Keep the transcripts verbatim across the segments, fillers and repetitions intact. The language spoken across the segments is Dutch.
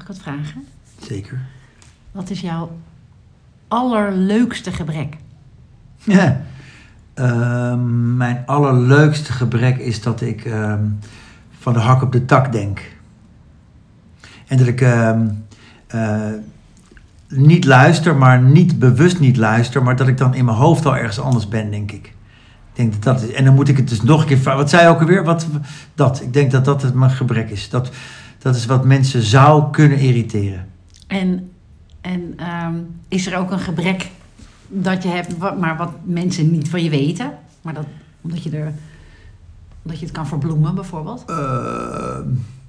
ik wat vragen? Zeker. Wat is jouw allerleukste gebrek? Ja. Uh, mijn allerleukste gebrek is dat ik uh, van de hak op de tak denk. En dat ik uh, uh, niet luister, maar niet bewust niet luister, maar dat ik dan in mijn hoofd al ergens anders ben, denk ik. Ik denk dat dat is. En dan moet ik het dus nog een keer vragen. Wat zei je ook alweer? Wat, dat. Ik denk dat dat het mijn gebrek is. Dat, dat is wat mensen zou kunnen irriteren. En, en um, is er ook een gebrek dat je hebt, wat, maar wat mensen niet van je weten? Maar dat, omdat, je er, omdat je het kan verbloemen, bijvoorbeeld? Uh,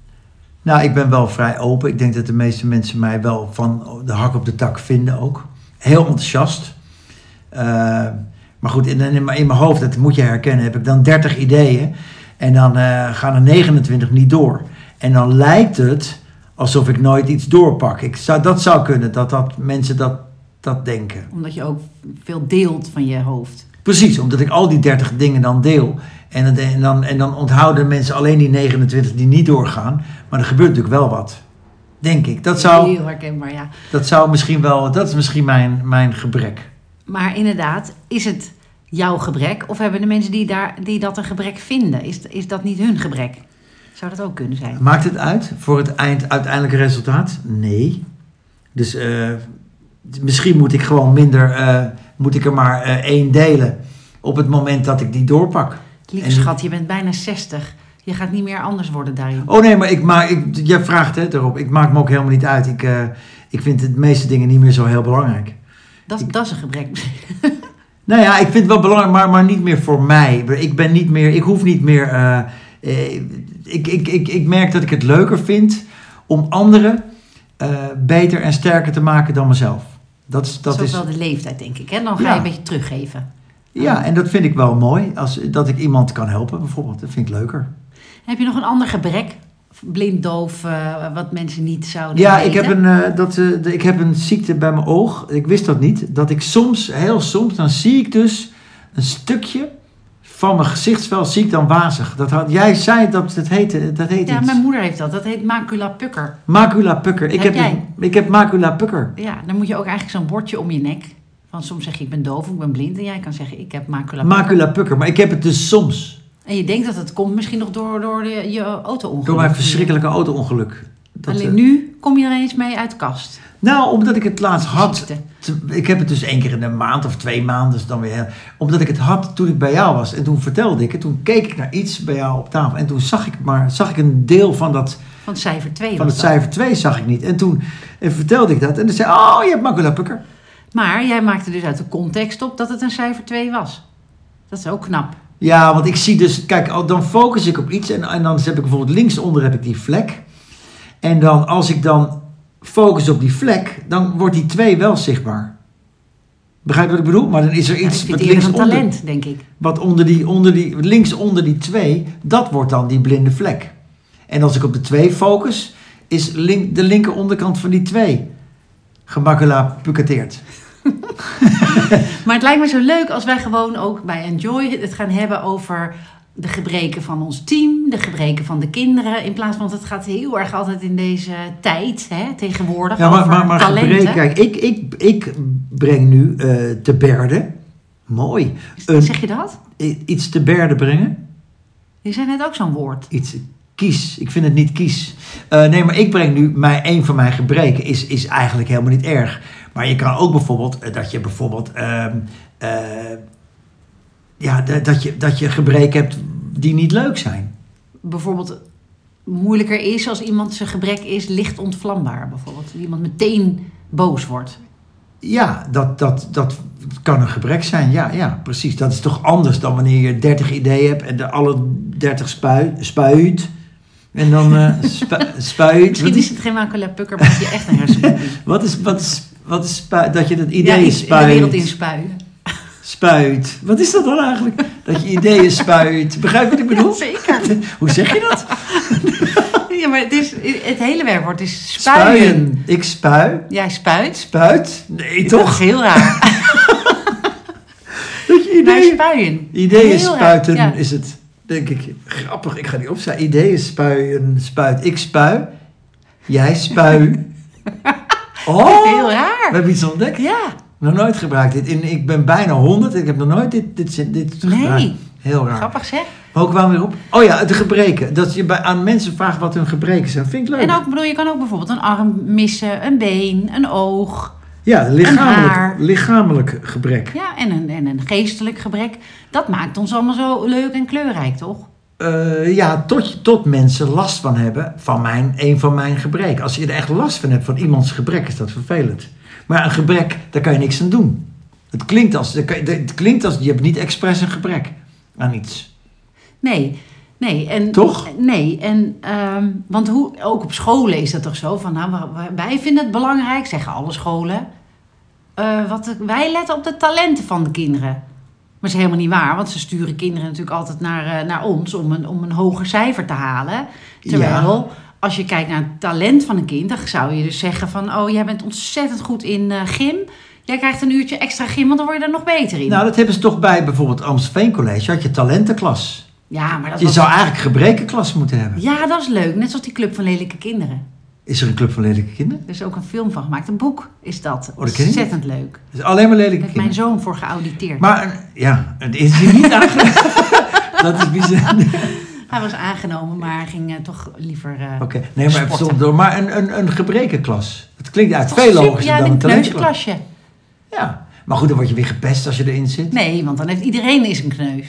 nou, ik ben wel vrij open. Ik denk dat de meeste mensen mij wel van de hak op de tak vinden ook. Heel enthousiast. Uh, maar goed, in, in, in mijn hoofd, dat moet je herkennen, heb ik dan dertig ideeën. En dan uh, gaan er negenentwintig niet door. En dan lijkt het alsof ik nooit iets doorpak. Ik zou, dat zou kunnen, dat, dat mensen dat, dat denken. Omdat je ook veel deelt van je hoofd. Precies, omdat ik al die dertig dingen dan deel. En, en, dan, en dan onthouden mensen alleen die negenentwintig die niet doorgaan. Maar er gebeurt natuurlijk wel wat. Denk ik. Dat zou, heel herkenbaar, ja. Dat zou misschien wel, dat is misschien mijn, mijn gebrek. Maar inderdaad, is het jouw gebrek? Of hebben de mensen die, daar, die dat een gebrek vinden? Is, is dat niet hun gebrek? Zou dat ook kunnen zijn? Maakt het uit voor het eind, uiteindelijke resultaat? Nee. Dus uh, misschien moet ik gewoon minder, uh, moet ik er maar uh, één delen. Op het moment dat ik die doorpak. Lieve en, schat, je bent bijna zestig. Je gaat niet meer anders worden daarin. Oh nee, maar ik maak, ik, jij vraagt het erop. Ik maak me ook helemaal niet uit. Ik, uh, ik vind de meeste dingen niet meer zo heel belangrijk. Dat, ik, dat is een gebrek. Nou ja, ik vind het wel belangrijk, maar, maar niet meer voor mij. Ik ben niet meer, ik hoef niet meer... Uh, uh, ik, ik, ik, ik merk dat ik het leuker vind om anderen uh, beter en sterker te maken dan mezelf. Dat is, dat dat is is wel de leeftijd, denk ik. Hè? Dan ga ja. je een beetje teruggeven. Ja, en dat vind ik wel mooi. Als, dat ik iemand kan helpen, bijvoorbeeld. Dat vind ik leuker. Heb je nog een ander gebrek? Blind, doof, uh, wat mensen niet zouden ja, weten? ik heb, een, uh, dat, uh, de, ik heb een ziekte bij mijn oog. Ik wist dat niet. Dat ik soms, heel soms, dan zie ik dus een stukje van mijn gezichtsveld zie ik dan wazig. Dat had, jij zei dat het heette, dat heet Ja, iets. mijn moeder heeft dat. Dat heet macula pucker. Macula pucker. Ik heb heb, jij? Ik heb macula pucker. Ja, dan moet je ook eigenlijk zo'n bordje om je nek. Van soms zeg je ik ben doof, ik ben blind. En jij kan zeggen ik heb macula pucker. Macula pucker. Maar ik heb het dus soms. En je denkt dat het komt misschien nog door, door de, je auto-ongeluk. Door mijn verschrikkelijke auto-ongeluk. Dat, Alleen uh, nu kom je er eens mee uit de kast. Nou, omdat ik het laatst had. Ziekte. Te, ik heb het dus één keer in een maand of twee maanden. Dus dan weer, omdat ik het had toen ik bij jou was. En toen vertelde ik het. Toen keek ik naar iets bij jou op tafel. En toen zag ik maar zag ik een deel van dat. Van het cijfer twee. Van was het dat. cijfer twee zag ik niet. En toen en vertelde ik dat. En toen zei oh, je hebt macula pucker. Maar jij maakte dus uit de context op dat het een cijfer twee was. Dat is ook knap. Ja, want ik zie dus, kijk, dan focus ik op iets en, en dan heb ik bijvoorbeeld linksonder heb ik die vlek. En dan als ik dan focus op die vlek, dan wordt die twee wel zichtbaar. Begrijp je wat ik bedoel? Maar dan is er Ja, iets ik vind wat het eerder een linksonder, talent, denk ik. wat onder die, onder die, links onder die twee, dat wordt dan die blinde vlek. En als ik op de twee focus, is link, de linker onderkant van die twee gemacula pucketeerd. Maar het lijkt me zo leuk als wij gewoon ook bij Enjoy het gaan hebben over de gebreken van ons team, de gebreken van de kinderen. In plaats van, het gaat heel erg altijd in deze tijd, hè, tegenwoordig, Ja, maar, over maar, maar talenten. gebreken, kijk, ik, ik, ik breng nu uh, te berde, mooi, een, Zeg je dat? iets te berde brengen. Je zei net ook zo'n woord. Iets kies, ik vind het niet kies. Uh, nee, maar ik breng nu, mijn, een van mijn gebreken is, is eigenlijk helemaal niet erg. Maar je kan ook bijvoorbeeld, uh, dat je bijvoorbeeld, uh, uh, ja, d- dat je, dat je gebreken hebt die niet leuk zijn. Bijvoorbeeld moeilijker is als iemand zijn gebrek is licht ontvlambaar. Bijvoorbeeld iemand meteen boos wordt. Ja, dat, dat, dat kan een gebrek zijn. Ja, ja, precies. Dat is toch anders dan wanneer je dertig ideeën hebt en de alle dertig spui, spuit. En dan uh, spu, spuit. Misschien Wat is het geen macula pucker, maar heb je echt een hersenbloeding. Wat is, wat is, wat is spuit? Dat je dat ideeën Ja, iets spuit. in de wereld inspuien. Spuit. Wat is dat dan eigenlijk? Dat je ideeën spuit. Begrijp je wat ik bedoel? Ja, zeker. Hoe zeg je dat? Ja, maar het, is, het hele werkwoord is spuien. Spuien. Ik spui. Jij spuit. Spuit? Nee, Dat toch? is heel raar. Dat je Maar ideeën, spuien. ideeën Heel spuiten raar, ja. is het. Denk ik. Grappig. Ik ga die opstaan. Ideeën spuien. Spuit. Ik spui. Jij spui. Oh, Heel raar. We hebben iets ontdekt. Ja. Nog nooit gebruikt dit. In, ik ben bijna honderd. Ik heb nog nooit dit, dit, dit, dit Nee. gebruikt. Heel raar. Grappig zeg. Maar hoe kwamen we weer op? Oh ja, de gebreken. Dat je bij, aan mensen vraagt wat hun gebreken zijn. Vind ik leuk. En ook, bedoel, je kan ook bijvoorbeeld een arm missen, een been, een oog. ja, haar. lichamelijk, lichamelijk gebrek. Ja, en een, en een geestelijk gebrek. Dat maakt ons allemaal zo leuk en kleurrijk, toch? Uh, ja, tot, tot mensen last van hebben van mijn, een van mijn gebreken. Als je er echt last van hebt van iemands gebrek, is dat vervelend. Maar een gebrek, daar kan je niks aan doen. Het klinkt als, het klinkt als je hebt niet expres een gebrek aan iets. Nee, nee. En, Toch? Nee, en, um, want hoe, ook op scholen is dat toch zo? Van, nou, wij vinden het belangrijk, zeggen alle scholen. Uh, wat, wij letten op de talenten van de kinderen. Maar dat is helemaal niet waar, want ze sturen kinderen natuurlijk altijd naar, uh, naar ons om een, om een hoger cijfer te halen. Terwijl, ja. als je kijkt naar het talent van een kind, dan zou je dus zeggen van, oh, jij bent ontzettend goed in uh, gym. Jij krijgt een uurtje extra gym, want dan word je er nog beter in. Nou, dat hebben ze toch bij bijvoorbeeld Amstelveen College, had je talentenklas. Ja, maar dat je was... zou eigenlijk gebrekenklas moeten hebben. Ja, dat is leuk. Net zoals die Club van Lelijke Kinderen. Is er een Club van Lelijke Kinderen? Er is ook een film van gemaakt. Een boek is dat. Oh, dat ken ik. Ontzettend leuk. Het is alleen maar lelijke Daar heeft kinderen. mijn zoon voor geauditeerd. Maar, ja, het is hier niet aangenomen. Dat is bizar. Hij was aangenomen, maar hij ging uh, toch liever uh, Oké, okay. Nee, maar even door. Maar een, een, een gebrekenklas. Het klinkt eigenlijk veel super, logischer ja, dan een talentklas. kneusklasje. Ja, maar goed, dan word je weer gepest als je erin zit. Nee, want dan heeft iedereen is een kneus.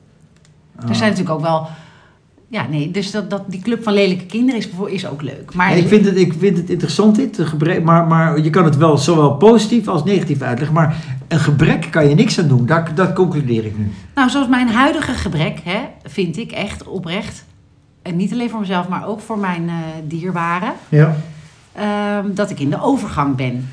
Oh. Er zijn natuurlijk ook wel... Ja, nee, dus dat, dat, die Club van Lelijke Kinderen is, is ook leuk. Maar nee, ik, vind het, ik vind het interessant dit, gebrek, maar, maar je kan het wel zowel positief als negatief uitleggen. Maar een gebrek kan je niks aan doen, dat, dat concludeer ik nu. Nou, zoals mijn huidige gebrek, hè, vind ik echt oprecht. En niet alleen voor mezelf, maar ook voor mijn uh, dierbaren. Ja. Uh, dat ik in de overgang ben.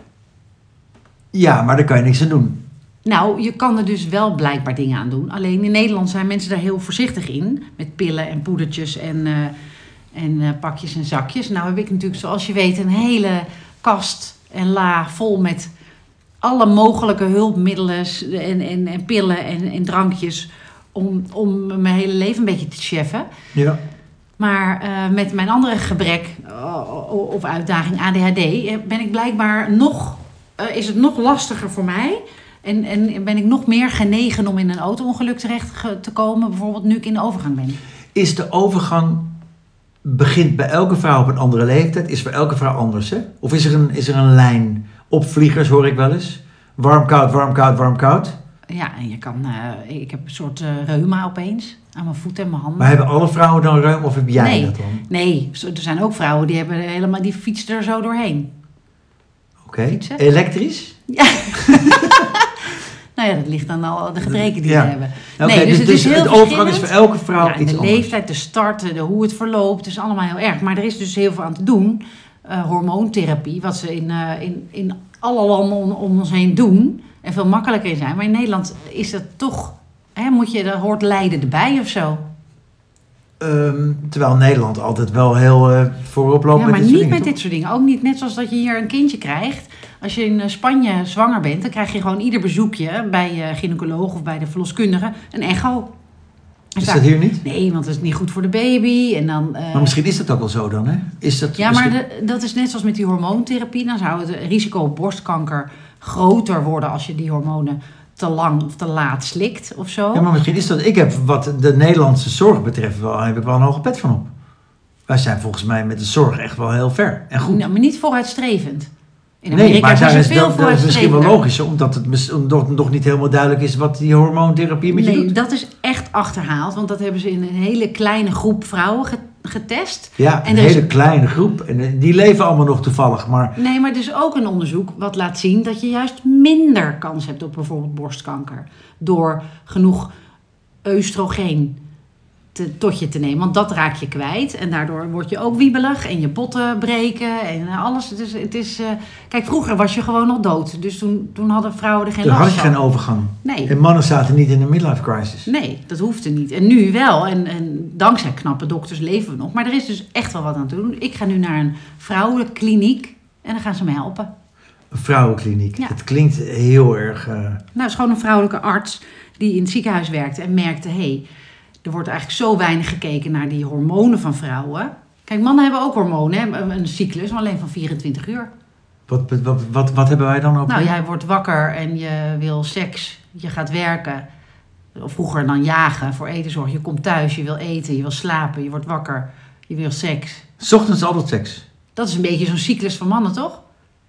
Ja, maar daar kan je niks aan doen. Nou, je kan er dus wel blijkbaar dingen aan doen. Alleen in Nederland zijn mensen daar heel voorzichtig in. Met pillen en poedertjes en, uh, en uh, pakjes en zakjes. Nou heb ik natuurlijk, zoals je weet, een hele kast en la vol met alle mogelijke hulpmiddelen en, en, en pillen en, en drankjes. Om, om mijn hele leven een beetje te cheffen. Ja. Maar uh, met mijn andere gebrek uh, of uitdaging A D H D ben ik blijkbaar nog, uh, is het nog lastiger voor mij. En, en ben ik nog meer genegen om in een auto-ongeluk terecht te komen, bijvoorbeeld nu ik in de overgang ben. Is de overgang, begint bij elke vrouw op een andere leeftijd, is voor elke vrouw anders, hè? Of is er een, is er een lijn? Opvliegers hoor ik wel eens. Warm, koud, warm, koud, warm, koud. Ja, en je kan, uh, ik heb een soort uh, reuma opeens aan mijn voeten en mijn handen. Maar hebben alle vrouwen dan reuma of heb jij nee, dat dan? Nee, er zijn ook vrouwen die hebben helemaal, die fietsen er zo doorheen. Oké, okay. Elektrisch? Ja. Nou ja, dat ligt aan al de gebreken die ja. we hebben. Okay, nee, dus, dus, het is dus heel de overgang is voor elke vrouw ja, iets de anders. De leeftijd, de start, de, hoe het verloopt, is allemaal heel erg. Maar er is dus heel veel aan te doen. Uh, hormoontherapie, wat ze in, uh, in, in alle landen om, om ons heen doen. En veel makkelijker zijn. Maar in Nederland is dat toch... Hè, moet je, daar hoort lijden erbij of zo. Um, terwijl Nederland altijd wel heel uh, voorop loopt ja, met dit soort dingen. dingen. Maar niet met dit soort dingen. Ook niet net zoals dat je hier een kindje krijgt. Als je in Spanje zwanger bent, dan krijg je gewoon ieder bezoekje bij je gynaecoloog of bij de verloskundige een echo. Is dat hier niet? Nee, want dat is niet goed voor de baby. En dan, uh... Maar misschien is dat ook wel zo dan, hè? Is dat ja, misschien... maar de, dat is net zoals met die hormoontherapie. Dan zou het risico op borstkanker groter worden als je die hormonen te lang of te laat slikt of zo. Ja, maar misschien is dat... Ik heb wat de Nederlandse zorg betreft wel, heb ik wel een hoge pet van op. Wij zijn volgens mij met de zorg echt wel heel ver en goed. Nou, maar niet vooruitstrevend. In nee, maar daar is, dat, dat is misschien wel logisch, omdat het omdat nog niet helemaal duidelijk is wat die hormoontherapie met je nee, doet. Dat is echt achterhaald, want dat hebben ze in een hele kleine groep vrouwen getest. Ja, en een hele is... kleine groep. En die leven allemaal nog toevallig, maar... Nee, maar er is ook een onderzoek wat laat zien dat je juist minder kans hebt op bijvoorbeeld borstkanker. Door genoeg oestrogeen te, tot je te nemen. Want dat raak je kwijt. En daardoor word je ook wiebelig en je botten breken en alles. Het is, het is, uh... Kijk, vroeger was je gewoon al dood. Dus toen, toen hadden vrouwen er geen Toen last had je van. geen overgang. Nee. En mannen zaten niet in een midlife crisis. Nee, dat hoefde niet. En nu wel. En, en dankzij knappe dokters leven we nog. Maar er is dus echt wel wat aan te doen. Ik ga nu naar een vrouwenkliniek en dan gaan ze me helpen. Een vrouwenkliniek. Ja. Het klinkt heel erg... Uh... Nou, het is gewoon een vrouwelijke arts die in het ziekenhuis werkte en merkte... Hey, er wordt eigenlijk zo weinig gekeken naar die hormonen van vrouwen. Kijk, mannen hebben ook hormonen, hè? Een cyclus, maar alleen van vierentwintig uur. Wat, wat, wat, wat hebben wij dan ook? Nou, jij wordt wakker en je wil seks, je gaat werken. Of vroeger dan jagen, voor eten zorgen. Je komt thuis, je wil eten, je wil slapen, je wordt wakker, je wil seks. 's Ochtends altijd seks. Dat is een beetje zo'n cyclus van mannen, toch?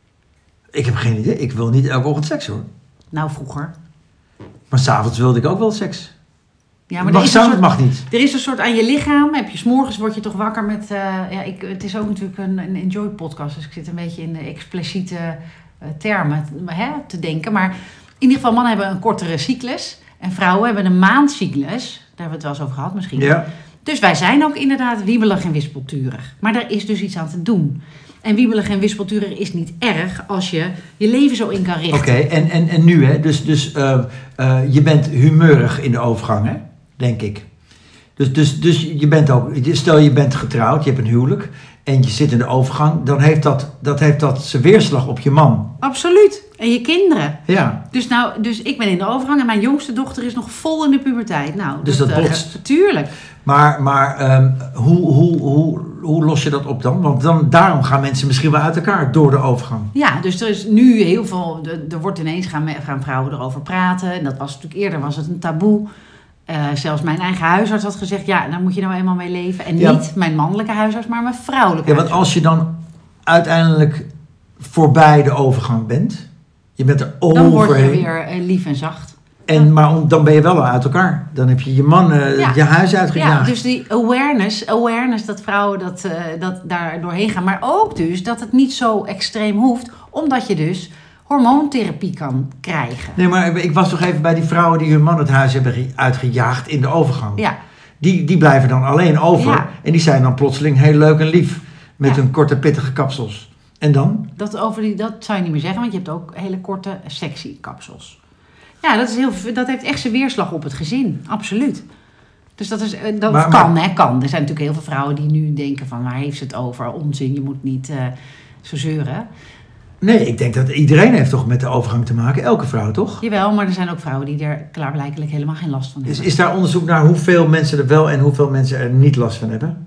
Ik heb geen idee. Ik wil niet elke ochtend seks, hoor. Nou, vroeger. Maar 's avonds wilde ik ook wel seks. Ja, maar mag er is, samen, een soort, mag niet. er is een soort aan je lichaam. Heb je 's morgens word je toch wakker met... Uh, ja, ik, het is ook natuurlijk een, een Enjoy podcast. Dus ik zit een beetje in de expliciete uh, termen hè, te denken. Maar in ieder geval, mannen hebben een kortere cyclus. En vrouwen hebben een maandcyclus. Daar hebben we het wel eens over gehad misschien. Ja. Dus wij zijn ook inderdaad wiebelig en wispelturig. Maar daar is dus iets aan te doen. En wiebelig en wispelturig is niet erg als je je leven zo in kan richten. Oké, okay, en, en, en nu, hè? Dus, dus uh, uh, je bent humeurig in de overgang, hè? Denk ik. Dus, dus, dus je bent ook, stel je bent getrouwd, je hebt een huwelijk en je zit in de overgang, dan heeft dat, dat heeft dat zijn weerslag op je man. Absoluut. En je kinderen. Ja. Dus, nou, dus ik ben in de overgang en mijn jongste dochter is nog vol in de puberteit. Nou, dus dat, dat botst. Uh, tuurlijk. Maar, maar um, hoe, hoe, hoe, hoe los je dat op dan? Want dan, daarom gaan mensen misschien wel uit elkaar door de overgang. Ja, dus er is nu heel veel, er wordt ineens gaan, gaan vrouwen erover praten. En dat was natuurlijk eerder was het een taboe. Uh, zelfs mijn eigen huisarts had gezegd, ja, daar moet je nou eenmaal mee leven. En ja. niet mijn mannelijke huisarts, maar mijn vrouwelijke ja, want huisarts. als je dan uiteindelijk voorbij de overgang bent, je bent er overheen. Dan word je weer uh, lief en zacht. En, ja. Maar om, dan ben je wel al uit elkaar. Dan heb je je man uh, ja. je huis uitgejaagd. Ja, dus die awareness, awareness dat vrouwen dat, uh, dat daar doorheen gaan. Maar ook dus dat het niet zo extreem hoeft, omdat je dus hormoontherapie kan krijgen. Nee, maar ik was toch even bij die vrouwen die hun man het huis hebben uitgejaagd in de overgang. Ja. Die, die blijven dan alleen over. Ja. En die zijn dan plotseling heel leuk en lief. Met ja. hun korte pittige kapsels. En dan? Dat, over die, dat zou je niet meer zeggen, want je hebt ook hele korte sexy kapsels. Ja, dat, is heel, dat heeft echt zijn weerslag op het gezin. Absoluut. Dus dat, is, dat maar, kan, maar, hè, kan. Er zijn natuurlijk heel veel vrouwen die nu denken van, waar heeft ze het over? Onzin, je moet niet uh, zo zeuren. Nee, ik denk dat iedereen heeft toch met de overgang te maken. Elke vrouw, toch? Jawel, maar er zijn ook vrouwen die er klaarblijkelijk helemaal geen last van hebben. Is, is daar onderzoek naar hoeveel mensen er wel en hoeveel mensen er niet last van hebben?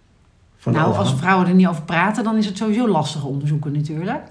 Van nou, als vrouwen er niet over praten, dan is het sowieso lastig onderzoeken natuurlijk.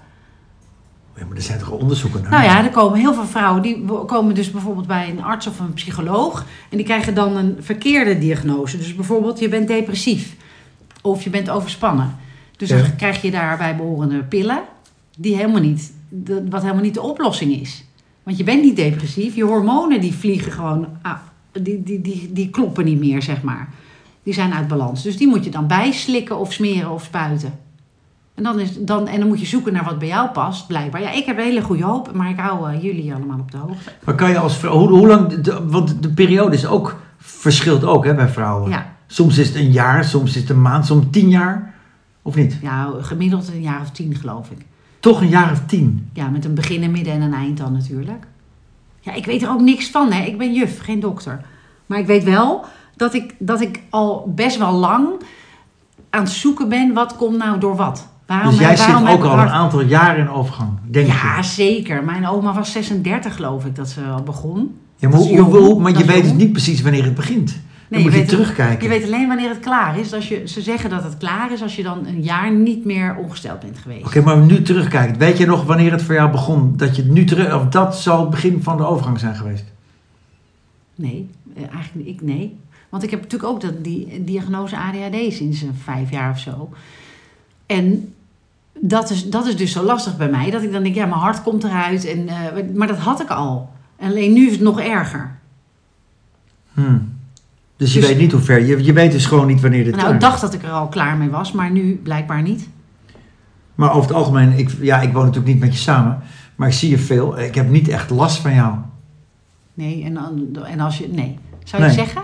Ja, maar er zijn toch onderzoeken naar? Nou ja, er komen heel veel vrouwen, die komen dus bijvoorbeeld bij een arts of een psycholoog. En die krijgen dan een verkeerde diagnose. Dus bijvoorbeeld, je bent depressief. Of je bent overspannen. Dus dan ja. krijg je daarbij behorende pillen. Die helemaal niet, wat helemaal niet de oplossing is. Want je bent niet depressief. Je hormonen die vliegen gewoon, ah, die, die, die, die kloppen niet meer, zeg maar. Die zijn uit balans. Dus die moet je dan bijslikken of smeren of spuiten. En dan, is, dan, en dan moet je zoeken naar wat bij jou past, blijkbaar. Ja, ik heb een hele goede hoop, maar ik hou uh, jullie allemaal op de hoogte. Maar kan je als vrouw, hoe, hoe lang, de, want de periode is ook, verschilt ook hè, bij vrouwen. Ja. Soms is het een jaar, soms is het een maand, soms tien jaar, of niet? Ja, gemiddeld een jaar of tien, geloof ik. Toch een jaar of tien? Ja, met een begin, een midden en een eind dan natuurlijk. Ja, ik weet er ook niks van, hè. Ik ben juf, geen dokter. Maar ik weet wel dat ik, dat ik al best wel lang aan het zoeken ben, wat komt nou door wat. Waarom, dus jij waarom zit ook al hard... een aantal jaren in overgang, denk ik. Ja, zeker. Mijn oma was zesendertig, geloof ik, dat ze al begon. Ja, maar hoe, jong, hoe, maar je weet dus niet precies wanneer het begint. Dan nee, moet je, je weet, terugkijken. Je weet alleen wanneer het klaar is. Als je, ze zeggen dat het klaar is als je dan een jaar niet meer ongesteld bent geweest. Oké, okay, maar nu terugkijken. Weet je nog wanneer het voor jou begon? Dat je nu terug, of dat zal het begin van de overgang zijn geweest? Nee, eigenlijk ik nee. Want ik heb natuurlijk ook dat, die diagnose A D H D sinds vijf jaar of zo. En dat is, dat is dus zo lastig bij mij. Dat ik dan denk, ja, mijn hart komt eruit. En, uh, maar dat had ik al. Alleen nu is het nog erger. Hmm. Dus je dus, weet niet hoe ver. Je, je weet dus gewoon niet wanneer dit nou, klaar is. Ik dacht dat ik er al klaar mee was, maar nu blijkbaar niet. Maar over het algemeen, ik, ja, ik woon natuurlijk niet met je samen. Maar ik zie je veel. Ik heb niet echt last van jou. Nee, en, en als je... Nee. Zou je nee. zeggen?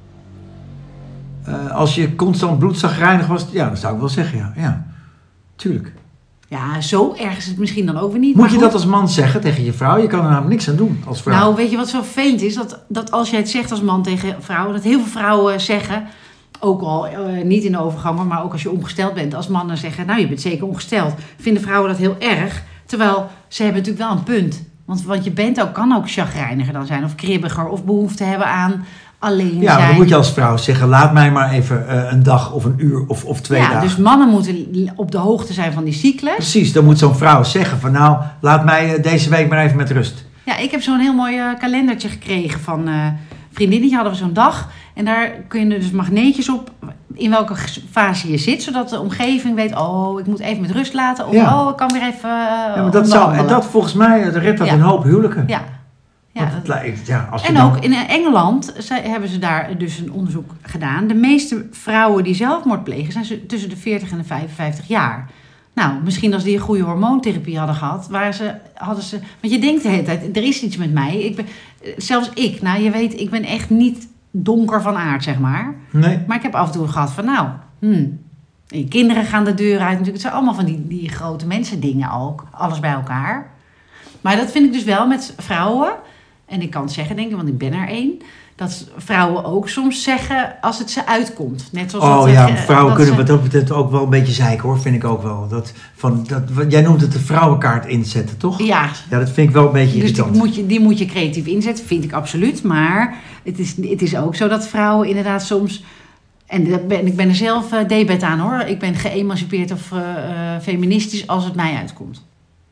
Uh, als je constant bloedzagrijnig was, ja, dan zou ik wel zeggen, ja. Ja, tuurlijk. Ja, zo erg is het misschien dan ook weer niet. Moet je goed. Dat als man zeggen tegen je vrouw? Je kan er namelijk niks aan doen als vrouw. Nou, weet je wat zo vervelend is? Dat, dat als jij het zegt als man tegen vrouwen, dat heel veel vrouwen zeggen, ook al uh, niet in de overgang, maar ook als je ongesteld bent, als mannen zeggen, nou, je bent zeker ongesteld, vinden vrouwen dat heel erg. Terwijl ze hebben natuurlijk wel een punt. Want, want je bent ook, kan ook chagrijniger dan zijn, of kribbiger, of behoefte hebben aan, alleen Ja, zijn. dan moet je als vrouw zeggen, laat mij maar even uh, een dag of een uur of, of twee ja, dagen. Dus mannen moeten op de hoogte zijn van die cyclus. Precies, dan moet zo'n vrouw zeggen van nou, laat mij uh, deze week maar even met rust. Ja, ik heb zo'n heel mooi uh, kalendertje gekregen van uh, vriendinnetje. Hadden we zo'n dag. En daar kun je dus magneetjes op in welke fase je zit. Zodat de omgeving weet, oh, ik moet even met rust laten. Of ja. oh, ik kan weer even uh, ja, maar dat zou, En dat volgens mij redt dat ja. een hoop huwelijken. Ja. Ja, Want het lijkt, ja, als en dan... ook in Engeland hebben ze daar dus een onderzoek gedaan. De meeste vrouwen die zelfmoord plegen zijn tussen de veertig en de vijfenvijftig jaar. Nou, misschien als die een goede hormoontherapie hadden gehad, waren ze, hadden ze... Want je denkt de hele tijd, er is iets met mij. Ik ben, zelfs ik, nou je weet, ik ben echt niet donker van aard, zeg maar. Nee. Maar ik heb af en toe gehad van, nou, hmm, je kinderen gaan de deur uit. Natuurlijk, het zijn allemaal van die, die grote mensen dingen ook. Alles bij elkaar. Maar dat vind ik dus wel met vrouwen. En ik kan het zeggen, denk ik, want ik ben er één. Dat vrouwen ook soms zeggen als het ze uitkomt. Net zoals oh dat ja, ze, vrouwen dat kunnen ze... wat dat betreft ook wel een beetje zeiken hoor, vind ik ook wel. Dat, van, dat, jij noemt het de vrouwenkaart inzetten, toch? Ja. Ja, dat vind ik wel een beetje dus irritant. Die moet, je, die moet je creatief inzetten, vind ik absoluut. Maar het is, het is ook zo dat vrouwen inderdaad soms... En dat ben, ik ben er zelf uh, debet aan hoor. Ik ben geëmancipeerd of uh, uh, feministisch als het mij uitkomt.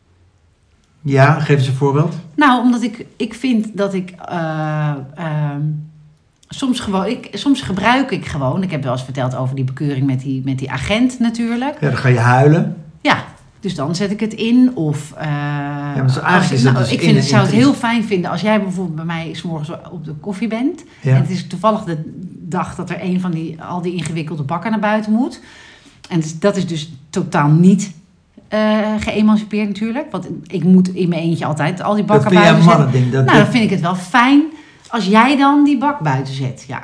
Ja, geef eens een voorbeeld. Nou, omdat ik, ik vind dat ik... Uh, uh, soms, gewoon, ik, soms gebruik ik gewoon... Ik heb wel eens verteld over die bekeuring met die, met die agent natuurlijk. Ja, dan ga je huilen. Ja, dus dan zet ik het in. Of, uh, ja, maar zo eigenlijk als, is dat nou, dus ik vind in, het, zou het in, heel fijn vinden als jij bijvoorbeeld bij mij 's morgens op de koffie bent. Ja. En het is toevallig de dag dat er een van die, al die ingewikkelde bakken naar buiten moet. En dat is dus totaal niet... Uh, geëmancipeerd natuurlijk. Want ik moet in mijn eentje altijd al die bakken buiten zetten. Dat vind jij een mannending. Nou, dan vind ik het wel fijn als jij dan die bak buiten zet. Ja.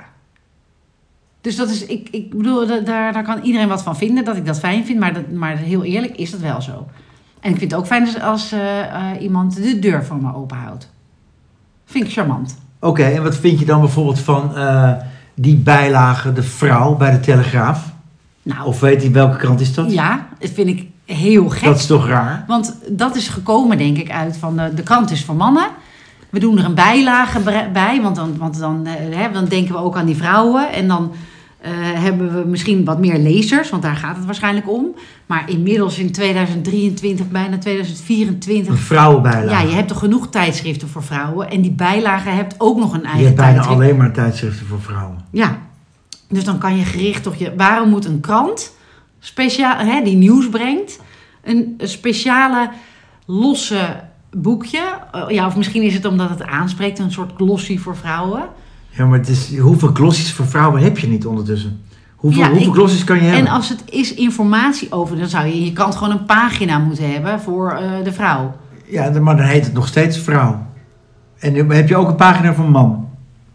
Dus dat is, ik, ik bedoel, daar, daar kan iedereen wat van vinden dat ik dat fijn vind. Maar, dat, maar heel eerlijk is dat wel zo. En ik vind het ook fijn als, als uh, uh, iemand de deur voor me openhoudt. Vind ik charmant. Oké, okay, en wat vind je dan bijvoorbeeld van uh, die bijlage, de vrouw bij de Telegraaf? Nou, of weet je welke krant is dat? Ja, dat vind ik heel gek. Dat is toch raar? Want dat is gekomen, denk ik, uit van de, de krant is voor mannen. We doen er een bijlage bij, want dan, want dan, hè, dan denken we ook aan die vrouwen. En dan uh, hebben we misschien wat meer lezers, want daar gaat het waarschijnlijk om. Maar inmiddels in tweeduizend drieëntwintig, bijna tweeduizend vierentwintig... Een vrouwenbijlage. Ja, je hebt toch genoeg tijdschriften voor vrouwen. En die bijlage hebt ook nog een eigen tijdschrift. Je hebt bijna tijdschrift. alleen maar tijdschriften voor vrouwen. Ja, dus dan kan je gericht op je... Waarom moet een krant, speciaal, hè, die nieuws brengt... Een, een speciale losse boekje. Ja, of misschien is het omdat het aanspreekt. Een soort glossie voor vrouwen. Ja, maar het is, hoeveel glossies voor vrouwen heb je niet ondertussen? Hoeveel, ja, hoeveel ik, glossies kan je hebben? En als het is informatie over... dan zou je in je krant gewoon een pagina moeten hebben voor uh, de vrouw. Ja, maar dan heet het nog steeds vrouw. En heb je ook een pagina voor man?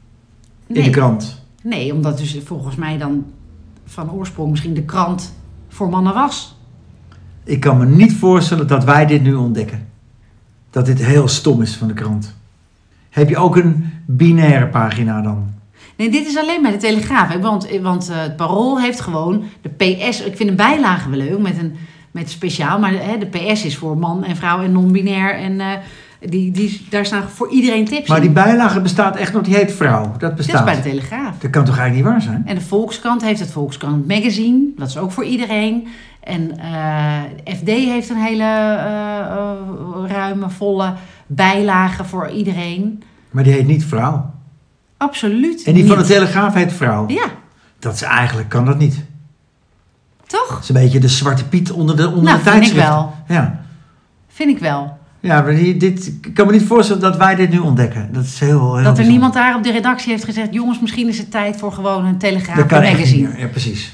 In nee. de krant? Nee, omdat dus volgens mij dan van oorsprong misschien de krant voor mannen was. Ik kan me niet voorstellen dat wij dit nu ontdekken. Dat dit heel stom is van de krant. Heb je ook een binaire pagina dan? Nee, dit is alleen bij de Telegraaf. Want, want uh, het Parool heeft gewoon de P S. Ik vind een bijlage wel leuk met een met speciaal. Maar hè, de P S is voor man en vrouw en non-binair. En uh, die, die, daar staan voor iedereen tips Maar in. die bijlage bestaat echt nog. Die heet vrouw. Dat bestaat. Dat is bij de Telegraaf. Dat kan toch eigenlijk niet waar zijn? En de Volkskrant heeft het Volkskrant Magazine. Dat is ook voor iedereen. En uh, F D heeft een hele uh, uh, ruime, volle bijlage voor iedereen. Maar die heet niet vrouw. Absoluut En die niet. van de Telegraaf heet vrouw. Ja. Dat is eigenlijk, kan dat niet. Toch? Dat is een beetje de Zwarte Piet onder de, onder nou, de tijdschrift. vind ik wel. Ja. Vind ik wel. Ja, maar die, dit, ik kan me niet voorstellen dat wij dit nu ontdekken. Dat is heel, heel Dat er bijzonder. niemand daar op de redactie heeft gezegd... jongens, misschien is het tijd voor gewoon een Telegraaf Dat kan echt magazine. niet. Ja, precies.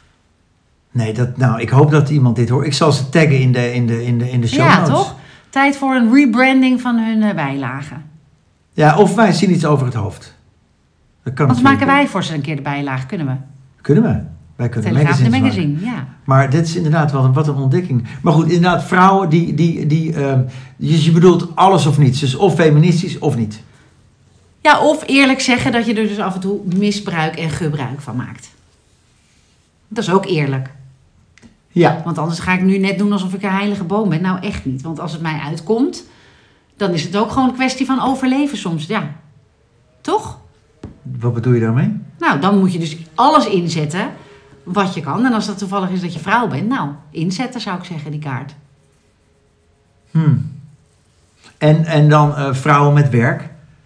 Nee, dat, nou, ik hoop dat iemand dit hoort. Ik zal ze taggen in de, in de, in de, in de show Ja, notes. toch? Tijd voor een rebranding van hun uh, bijlagen. Ja, of wij zien iets over het hoofd. Dat kan Anders natuurlijk. maken wij voor ze een keer de bijlage, kunnen we? Kunnen we. Wij kunnen Telegraaf de magazines magazine, maken. ja. Maar dit is inderdaad wel een, wat een ontdekking. Maar goed, inderdaad, vrouwen die... die, die um, dus je bedoelt alles of niets. Dus of feministisch of niet. Ja, of eerlijk zeggen dat je er dus af en toe misbruik en gebruik van maakt. Dat is ook eerlijk. Ja. Want anders ga ik nu net doen alsof ik een heilige boom ben. Nou, echt niet. Want als het mij uitkomt, dan is het ook gewoon een kwestie van overleven soms. Ja. Toch? Wat bedoel je daarmee? Nou, dan moet je dus alles inzetten wat je kan. En als dat toevallig is dat je vrouw bent, nou, inzetten zou ik zeggen, die kaart. Hmm. En, en dan uh, vrouwen met werk?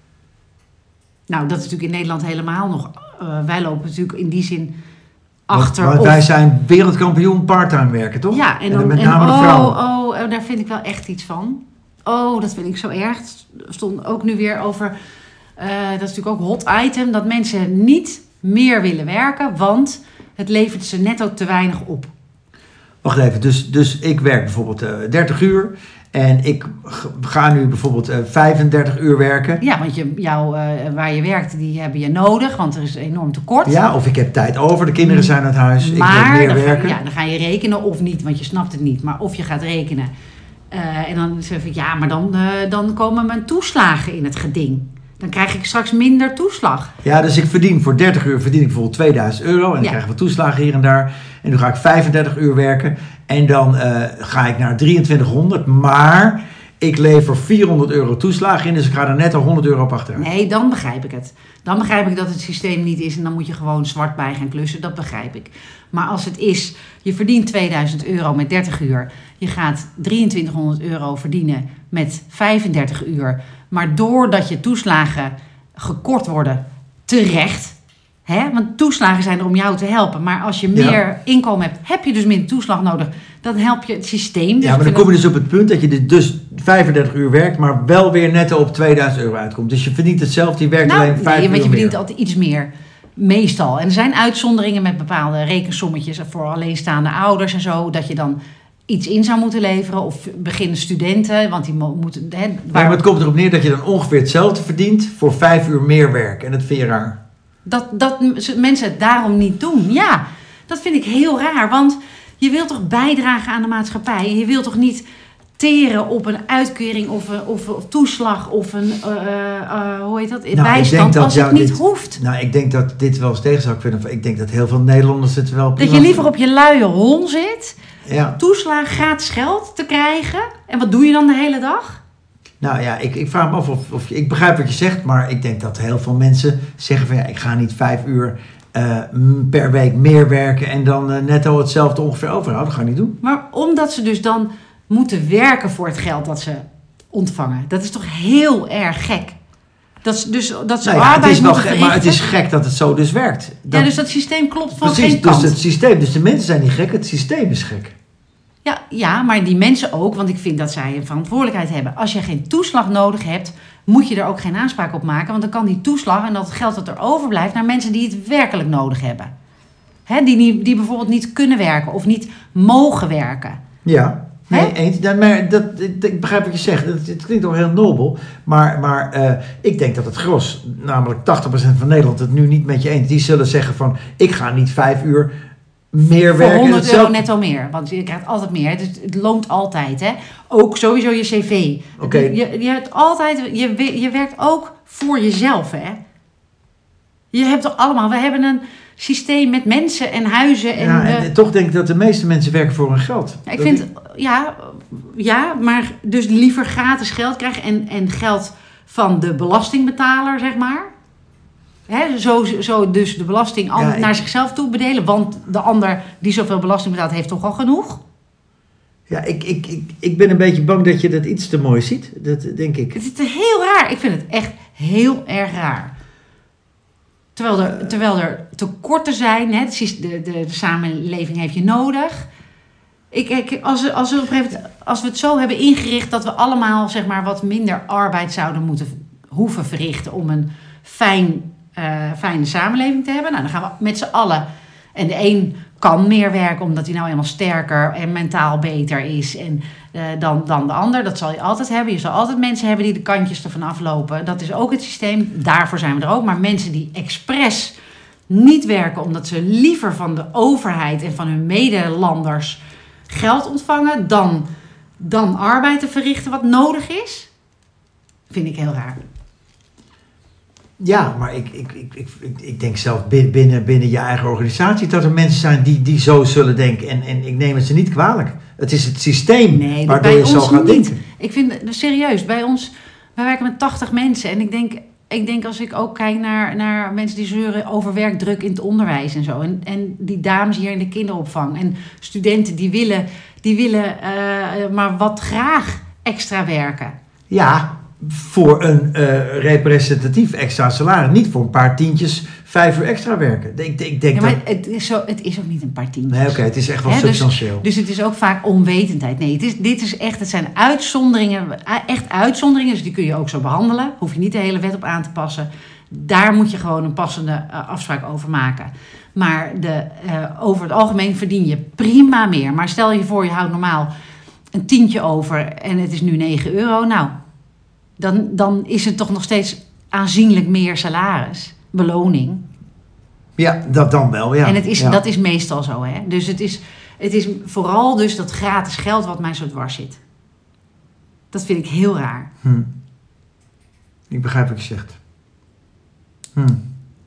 Nou, dat is natuurlijk in Nederland helemaal nog... Uh, wij lopen natuurlijk in die zin achter... Want, want wij zijn wereldkampioen parttime werken, toch? Ja, en, dan, en met en name oh, de vrouwen. Oh, oh, daar vind ik wel echt iets van. Oh, dat vind ik zo erg. Er stond ook nu weer over... Uh, dat is natuurlijk ook hot item... dat mensen niet meer willen werken... want het levert ze netto te weinig op. Wacht even, dus, dus ik werk bijvoorbeeld uh, dertig uur... en ik ga nu bijvoorbeeld uh, vijfendertig uur werken. Ja, want je, jou, uh, waar je werkt, die hebben je nodig... want er is enorm tekort. Ja, of ik heb tijd over, de kinderen zijn uit huis... Maar ik moet meer dan werken. Ga, ja, dan ga je rekenen of niet... want je snapt het niet, maar of je gaat rekenen... Uh, en dan zeg ik, ja, maar dan, uh, dan komen mijn toeslagen in het geding. Dan krijg ik straks minder toeslag. Ja, dus ik verdien voor dertig uur verdien ik bijvoorbeeld tweeduizend euro. En dan ja. krijg ik wat toeslagen hier en daar. En nu ga ik vijfendertig uur werken. En dan uh, ga ik naar drieëntwintighonderd. Maar ik lever vierhonderd euro toeslagen in. Dus ik ga er net al honderd euro op achteruit. Nee, dan begrijp ik het. Dan begrijp ik dat het systeem niet is. En dan moet je gewoon zwart bij gaan klussen. Dat begrijp ik. Maar als het is, je verdient tweeduizend euro met dertig uur. Je gaat drieëntwintighonderd euro verdienen met vijfendertig uur. Maar doordat je toeslagen gekort worden, terecht. Hè? Want toeslagen zijn er om jou te helpen. Maar als je meer ja. inkomen hebt, heb je dus minder toeslag nodig. Dan help je het systeem. Dus ja, maar dan kom je dus op het punt dat je dus vijfendertig uur werkt, maar wel weer netto op tweeduizend euro uitkomt. Dus je verdient hetzelfde, je werkt nou, alleen vijf nee, uur want je meer. verdient altijd iets meer. Meestal. En er zijn uitzonderingen met bepaalde rekensommetjes voor alleenstaande ouders en zo. Dat je dan iets in zou moeten leveren. Of beginnen studenten, want die moeten... Hè, waar... Maar het komt erop neer dat je dan ongeveer hetzelfde verdient voor vijf uur meer werk. En dat vind je raar. Dat, dat mensen het daarom niet doen. Ja, dat vind ik heel raar. Want je wilt toch bijdragen aan de maatschappij. En je wilt toch niet teren op een uitkering of een of, of toeslag of een uh, uh, hoe heet dat? Nou, bijstand als het niet dit, hoeft. Nou, ik denk dat dit wel eens tegen zou kunnen. Ik denk dat heel veel Nederlanders het wel... Dat je liever op je luie hol zit... Ja. Toeslag, gratis geld te krijgen. En wat doe je dan de hele dag? Nou ja, ik, ik vraag me af of, of... Ik begrijp wat je zegt, maar ik denk dat heel veel mensen zeggen van... ja, ik ga niet vijf uur uh, per week meer werken... en dan uh, netto hetzelfde ongeveer overhouden. Dat ga ik niet doen. Maar omdat ze dus dan moeten werken voor het geld dat ze ontvangen. Dat is toch heel erg gek? Dat ze, dus, dat ze nou ja, arbeid het is wel moeten gek, maar het is gek dat het zo dus werkt. Dat, ja, dus dat systeem klopt van precies, geen kant. Dus het systeem, dus de mensen zijn niet gek, het systeem is gek. Ja, ja, maar die mensen ook, want ik vind dat zij een verantwoordelijkheid hebben. Als je geen toeslag nodig hebt, moet je er ook geen aanspraak op maken. Want dan kan die toeslag en dat geld dat er overblijft naar mensen die het werkelijk nodig hebben. Hè, die, die bijvoorbeeld niet kunnen werken of niet mogen werken. Ja, nee, eens. Dat, maar dat, ik begrijp wat je zegt. Het, het klinkt toch heel nobel. Maar, maar uh, ik denk dat het gros, namelijk tachtig procent van Nederland, het nu niet met je eens. Die zullen zeggen van, ik ga niet vijf uur... meer voor werken. honderd euro netto meer. Want je krijgt altijd meer. Dus het loont altijd. Hè? Ook sowieso je cv. Okay. Je, je, hebt altijd, je, je werkt ook voor jezelf. Hè? Je hebt toch allemaal... We hebben een systeem met mensen en huizen. En, ja, en uh, toch denk ik dat de meeste mensen werken voor hun geld. Ja, ik vind... Ik... Ja, ja, maar dus liever gratis geld krijgen. En, en geld van de belastingbetaler, zeg maar. He, zo, zo dus de belasting ja, naar ik, zichzelf toe bedelen. Want de ander die zoveel belasting betaalt, heeft toch al genoeg? Ja, ik, ik, ik, ik ben een beetje bang dat je dat iets te mooi ziet. Dat denk ik. Het is heel raar. Ik vind het echt heel erg raar. Terwijl er, uh, terwijl er tekorten zijn. Hè, de, de, de samenleving heeft je nodig. Ik, ik, als, als, we op een gegeven moment, als we het zo hebben ingericht dat we allemaal zeg maar, wat minder arbeid zouden moeten hoeven verrichten om een fijn... Uh, fijne samenleving te hebben. Nou, dan gaan we met z'n allen. En de een kan meer werken omdat hij nou eenmaal sterker en mentaal beter is en, uh, dan, dan de ander. Dat zal je altijd hebben. Je zal altijd mensen hebben die de kantjes ervan aflopen. Dat is ook het systeem. Daarvoor zijn we er ook. Maar mensen die expres niet werken omdat ze liever van de overheid en van hun medelanders geld ontvangen dan, dan arbeid te verrichten wat nodig is, vind ik heel raar. Ja, maar ik, ik, ik, ik, ik denk zelf binnen, binnen je eigen organisatie dat er mensen zijn die, die zo zullen denken. En, en ik neem het ze niet kwalijk. Het is het systeem nee, waardoor je zo gaat niet. denken. Ik vind, serieus, bij ons, wij werken met tachtig mensen. En ik denk, ik denk als ik ook kijk naar, naar mensen die zeuren over werkdruk in het onderwijs en zo. En, en die dames hier in de kinderopvang. En studenten die willen, die willen uh, maar wat graag extra werken. Ja, voor een uh, representatief extra salaris. Niet voor een paar tientjes vijf uur extra werken. Ik, ik denk ja, maar dat... het, is zo, het is ook niet een paar tientjes. Nee, oké, okay, het is echt wel He, substantieel. Dus, dus het is ook vaak onwetendheid. Nee, het is, dit is echt, het zijn uitzonderingen. Echt uitzonderingen, dus die kun je ook zo behandelen. Hoef je niet de hele wet op aan te passen. Daar moet je gewoon een passende uh, afspraak over maken. Maar de, uh, over het algemeen verdien je prima meer. Maar stel je voor, je houdt normaal een tientje over en het is nu negen euro. Nou, dan, dan is het toch nog steeds aanzienlijk meer salaris. Beloning. Ja, dat dan wel, ja. En het is, ja. dat is meestal zo, hè. Dus het is, het is vooral dus dat gratis geld wat mij zo dwars zit. Dat vind ik heel raar. Hm. Ik begrijp wat je zegt. Hm. Oké,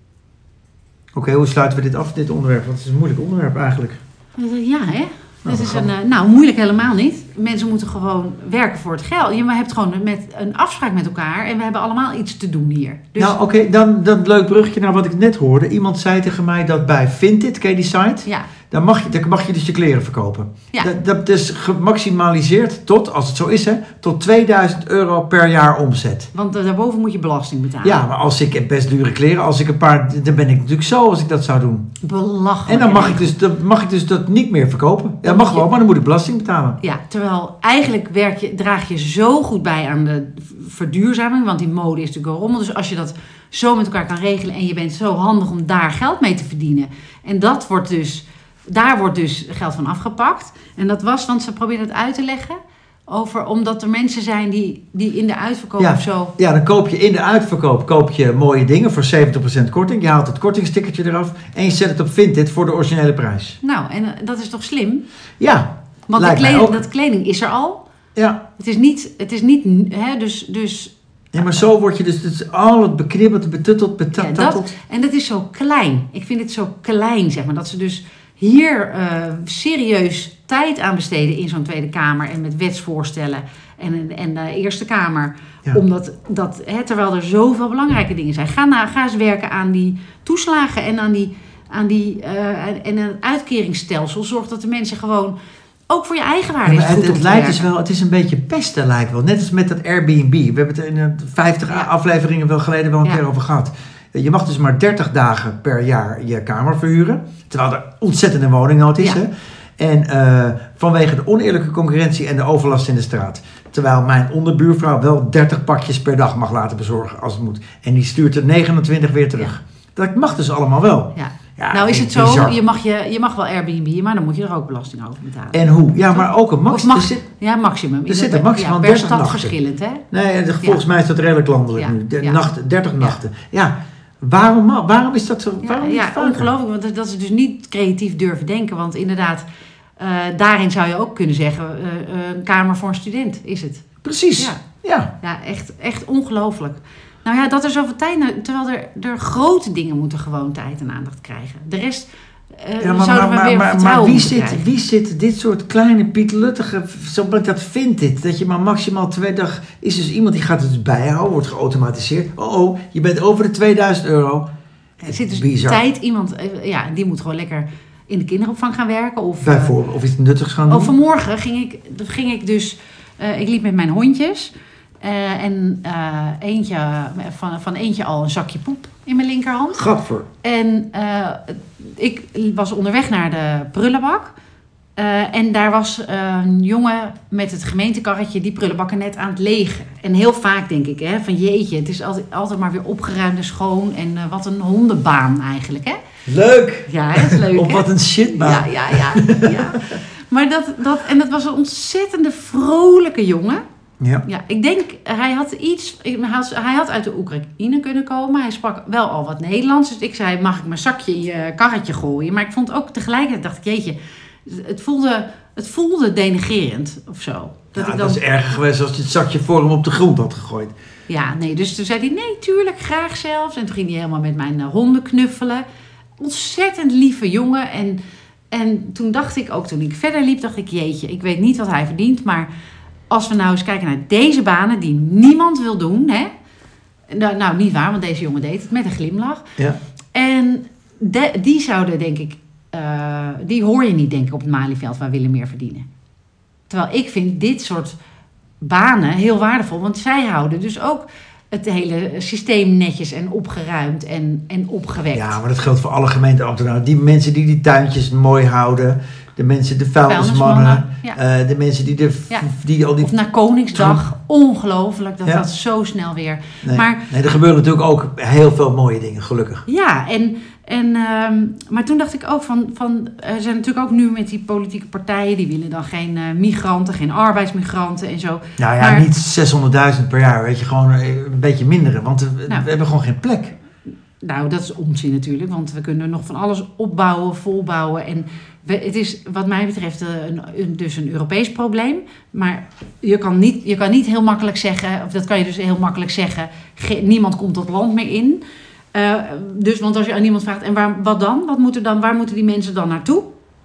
okay, hoe sluiten we dit af, dit onderwerp? Want het is een moeilijk onderwerp eigenlijk. Ja, hè. Dat is een, nou, moeilijk helemaal niet. Mensen moeten gewoon werken voor het geld. Je hebt gewoon met een afspraak met elkaar en we hebben allemaal iets te doen hier. Dus... Nou, oké, okay, dan dat leuk bruggetje naar wat ik net hoorde. Iemand zei tegen mij dat bij Vinted, ken je die site? Ja. Dan mag je, dan mag je dus je kleren verkopen. Ja. Dat, dat is gemaximaliseerd tot, als het zo is, hè, tot tweeduizend euro per jaar omzet. Want daarboven moet je belasting betalen. Ja, maar als ik heb best dure kleren, als ik een paar, dan ben ik natuurlijk zo als ik dat zou doen. Belachelijk. En dan mag ik dus, dan mag ik dus dat niet meer verkopen. Ja, mag wel, maar dan moet ik belasting betalen. Ja, terwijl eigenlijk werk je, draag je zo goed bij aan de verduurzaming, want die mode is natuurlijk al rommel. Dus als je dat zo met elkaar kan regelen en je bent zo handig om daar geld mee te verdienen. En dat wordt dus... Daar wordt dus geld van afgepakt. En dat was, want ze probeerden het uit te leggen... over omdat er mensen zijn die, die in de uitverkoop ja, of zo... Ja, dan koop je in de uitverkoop koop je mooie dingen voor zeventig procent korting. Je haalt het kortingstickertje eraf en je zet het op Vinted voor de originele prijs. Nou, en dat is toch slim? Ja, want de kleding, dat kleding is er al. Ja. Het is niet... Het is niet hè, dus... dus ja, maar zo word je dus, dus al het beknibbeld, betutteld, betatteld. Ja, dat, en dat is zo klein. Ik vind het zo klein, zeg maar. Dat ze dus... hier uh, serieus tijd aan besteden in zo'n Tweede Kamer... en met wetsvoorstellen en, en de Eerste Kamer. Ja. Omdat, dat, hè, terwijl er zoveel belangrijke dingen zijn. Ga, na, ga eens werken aan die toeslagen en aan die, aan die uh, en een uitkeringsstelsel. Zorg dat de mensen gewoon... ook voor je eigen waarde ja, is het goed. Het, het lijkt dus wel, het is een beetje pesten lijkt wel. Net als met dat Airbnb. We hebben het in vijftig ja. afleveringen wel geleden wel een ja. keer over gehad. Je mag dus maar dertig dagen per jaar je kamer verhuren. Terwijl er ontzettende woningnood is. Ja. Hè? En uh, vanwege de oneerlijke concurrentie en de overlast in de straat. Terwijl mijn onderbuurvrouw wel dertig pakjes per dag mag laten bezorgen als het moet. En die stuurt er negenentwintig weer terug. Ja. Dat mag dus allemaal wel. Ja. Ja, nou is het zo, je mag, je, je mag wel Airbnb, maar dan moet je er ook belasting over betalen. En hoe? Ja, maar ook een maximum. Mag, zit, ja, maximum. Er zit een maximum ja, per stad verschillend, hè? Nee, volgens ja. mij is dat redelijk landelijk ja. nu. De ja. nacht, dertig ja. nachten. Ja, waarom, waarom is dat zo? Waarom ja, ja ongelooflijk, want dat ze dus niet creatief durven denken. Want inderdaad, uh, daarin zou je ook kunnen zeggen, uh, een kamer voor een student is het. Precies, ja. Ja, ja echt, echt ongelooflijk. Nou ja, dat er zoveel tijd... Terwijl er, er grote dingen moeten gewoon tijd en aandacht krijgen. De rest uh, ja, maar, zouden we maar, weer maar, vertrouwen maar wie moeten zit, krijgen. wie zit dit soort kleine pietluttige... Zo dat vindt dit. Dat je maar maximaal twee dagen... Is dus iemand die gaat het dus bijhouden. Wordt geautomatiseerd. Oh oh, je bent over de tweeduizend euro. Er zit dus bizar. Tijd iemand... Ja, die moet gewoon lekker in de kinderopvang gaan werken. Of, Bijvoorbeeld. Of iets nuttigs gaan doen. Oh, vanmorgen ging ik, ging ik dus... Uh, ik liep met mijn hondjes... Uh, en uh, eentje, van, van eentje al een zakje poep in mijn linkerhand. Gadver. En uh, ik was onderweg naar de prullenbak. Uh, en daar was uh, een jongen met het gemeentekarretje die prullenbakken net aan het legen. En heel vaak denk ik, hè, van jeetje, het is altijd, altijd maar weer opgeruimd en schoon. En uh, wat een hondenbaan eigenlijk, hè? Leuk! Ja, dat is leuk. Of wat een shitbaan. Ja, ja, ja. ja. Maar dat, dat, en dat was een ontzettende vrolijke jongen. Ja. Ja, ik denk, hij had iets, hij had, hij had uit de Oekraïne kunnen komen. Hij sprak wel al wat Nederlands. Dus ik zei, mag ik mijn zakje in je karretje gooien? Maar ik vond ook tegelijkertijd, dacht ik, jeetje, het voelde, het voelde denigrerend of zo. Dat ja, ik dan... dat is erger geweest als je het zakje voor hem op de grond had gegooid. Ja, nee, dus toen zei hij, nee, tuurlijk, graag zelfs. En toen ging hij helemaal met mijn honden knuffelen. Ontzettend lieve jongen. En, en toen dacht ik, ook toen ik verder liep, dacht ik, jeetje, ik weet niet wat hij verdient, maar... Als we nou eens kijken naar deze banen die niemand wil doen, hè, Nou, nou, niet waar, want deze jongen deed het met een glimlach. Ja. En de, die zouden, denk ik... Uh, die hoor je niet, denk ik, op het Malieveld waar willen meer verdienen. Terwijl ik vind dit soort banen heel waardevol. Want zij houden dus ook het hele systeem netjes en opgeruimd en, en opgewekt. Ja, maar dat geldt voor alle gemeenteambtenaren. Die mensen die die tuintjes mooi houden. De mensen, de vuilnismannen. Ja. Uh, de mensen die, de, ja. die al die... Of na Koningsdag. Ongelooflijk dat ja. dat zo snel weer... Nee, maar, nee, er gebeuren natuurlijk ook heel veel mooie dingen, gelukkig. Ja, en... En, um, maar toen dacht ik ook van, van... Er zijn natuurlijk ook nu met die politieke partijen... die willen dan geen uh, migranten, geen arbeidsmigranten en zo. Nou ja, maar, niet zeshonderdduizend per jaar, weet je. Gewoon een beetje minderen, want we, nou, we hebben gewoon geen plek. Nou, dat is onzin natuurlijk. Want we kunnen nog van alles opbouwen, volbouwen. En we, het is wat mij betreft een, een, dus een Europees probleem. Maar je kan, niet, je kan niet heel makkelijk zeggen... Of dat kan je dus heel makkelijk zeggen... Ge, niemand komt tot land meer in... Uh, dus, want als je aan iemand vraagt, en waar, wat dan? Wat moet er dan? Waar moeten die mensen dan naartoe?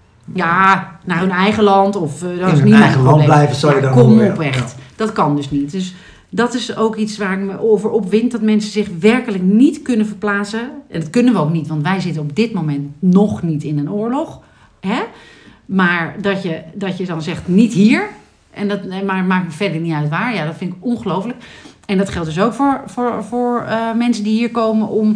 Ja, naar hun eigen land of uh, dat in is hun niet eigen mijn land probleem. blijven, zou je ja, dan kom weer, op echt. Ja. Dat kan dus niet. Dus dat is ook iets waar ik me over opwind, dat mensen zich werkelijk niet kunnen verplaatsen. En dat kunnen we ook niet, want wij zitten op dit moment nog niet in een oorlog. Hè? Maar dat je, dat je dan zegt, niet hier. En dat, maar maakt me verder niet uit waar. Ja, dat vind ik ongelooflijk. En dat geldt dus ook voor, voor, voor uh, mensen die hier komen om...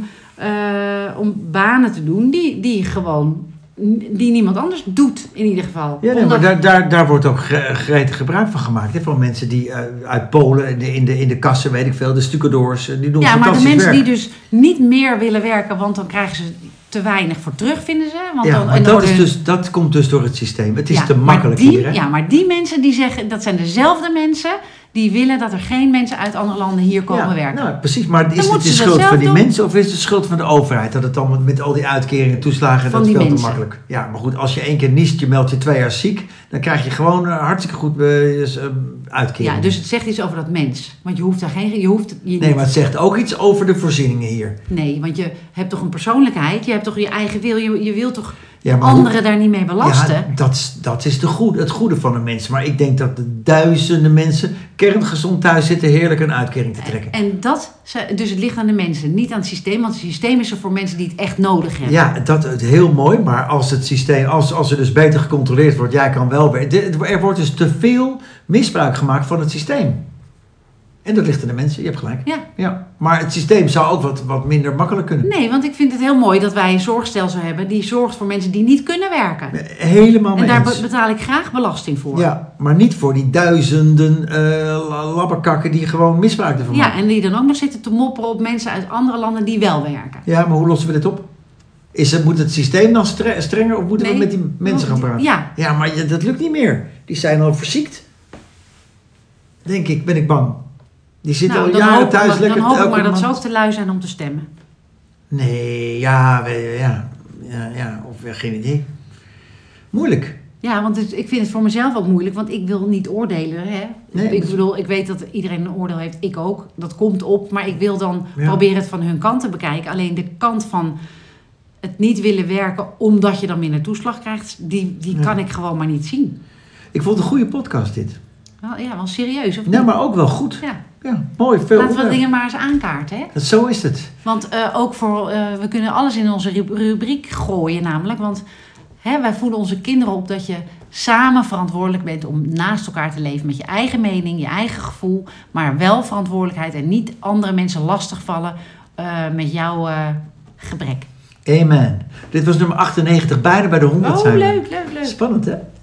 Uh, om banen te doen die, die gewoon die niemand anders doet in ieder geval. Ja, nee, Omdat... maar daar, daar, daar wordt ook gretig gebruik van gemaakt. Hè? Van mensen die uh, uit Polen in de, in, de, in de kassen, weet ik veel, de stucadoors, die doen ja, fantastisch maar de mensen werk. die dus niet meer willen werken, want dan krijgen ze te weinig voor terug, vinden ze. Want ja, dan, maar en dat, worden... is dus, dat komt dus door het systeem. Het is ja, te makkelijk die, hier. Hè? Ja, maar die mensen die zeggen, dat zijn dezelfde mensen die willen dat er geen mensen uit andere landen hier komen ja, werken. Nou, precies, maar Dan is het de schuld van die doen. mensen of is het de schuld van de overheid? Dat het dan met al die uitkeringen, toeslagen, van dat is veel mensen. te makkelijk. Ja, maar goed, als je één keer niest, je meldt je twee jaar ziek, dan krijg je gewoon uh, hartstikke goed uh, uitkering. Ja, dus het zegt iets over dat mens. Want je hoeft daar geen... Je hoeft, je nee, maar het zegt ook iets over de voorzieningen hier. Nee, want je hebt toch een persoonlijkheid, je hebt toch je eigen wil, je, je wilt toch ja, maar anderen hoe, daar niet mee belasten? Ja, dat, dat is de goede, het goede van de mensen. Maar ik denk dat de duizenden mensen kerngezond thuis zitten heerlijk een uitkering te trekken. En, en dat, dus het ligt aan de mensen, niet aan het systeem. Want het systeem is er voor mensen die het echt nodig hebben. Ja, dat is heel mooi. Maar als het systeem, als, als er dus beter gecontroleerd wordt, jij kan wel weer. Er wordt dus te veel misbruik gemaakt van het systeem. En dat ligt aan de mensen, je hebt gelijk. Ja. Ja. Maar het systeem zou ook wat, wat minder makkelijk kunnen. Nee, want ik vind het heel mooi dat wij een zorgstelsel hebben die zorgt voor mensen die niet kunnen werken. Helemaal mee En daar eens. betaal ik graag belasting voor. Ja, maar niet voor die duizenden uh, labberkakken die gewoon misbruik ervan maken. Ja, en die dan ook nog zitten te mopperen op mensen uit andere landen die wel werken. Ja, maar hoe lossen we dit op? Is het, moet het systeem dan stre- strenger of moeten nee, we met die mensen gaan praten? Ja. Ja, maar je, dat lukt niet meer. Die zijn al verziekt. Denk ik, ben ik bang. Die zitten nou, al jaren hoop, thuis dan lekker... Dan hoop ik maar maand. dat ze ook te lui zijn om te stemmen. Nee, ja, ja, ja, ja of ja, geen idee. Moeilijk. Ja, want het, ik vind het voor mezelf ook moeilijk, want ik wil niet oordelen. Hè? Nee, ik dus... bedoel, ik weet dat iedereen een oordeel heeft, ik ook. Dat komt op, maar ik wil dan ja. proberen het van hun kant te bekijken. Alleen de kant van het niet willen werken omdat je dan minder toeslag krijgt, die, die ja. kan ik gewoon maar niet zien. Ik vond het een goede podcast dit. Wel, ja, wel serieus. Of ja, niet? maar ook wel goed. Ja. Ja, mooi. Veel Laten we de dingen maar eens aankaarten. Hè? Dat, zo is het. Want uh, ook voor, uh, we kunnen alles in onze rubriek gooien namelijk. Want hè, wij voeden onze kinderen op dat je samen verantwoordelijk bent om naast elkaar te leven. Met je eigen mening, je eigen gevoel. Maar wel verantwoordelijkheid en niet andere mensen lastigvallen uh, met jouw uh, gebrek. Amen. Dit was nummer achtennegentig, beide bij de honderd oh, zijn we. leuk, leuk, leuk. Spannend, hè?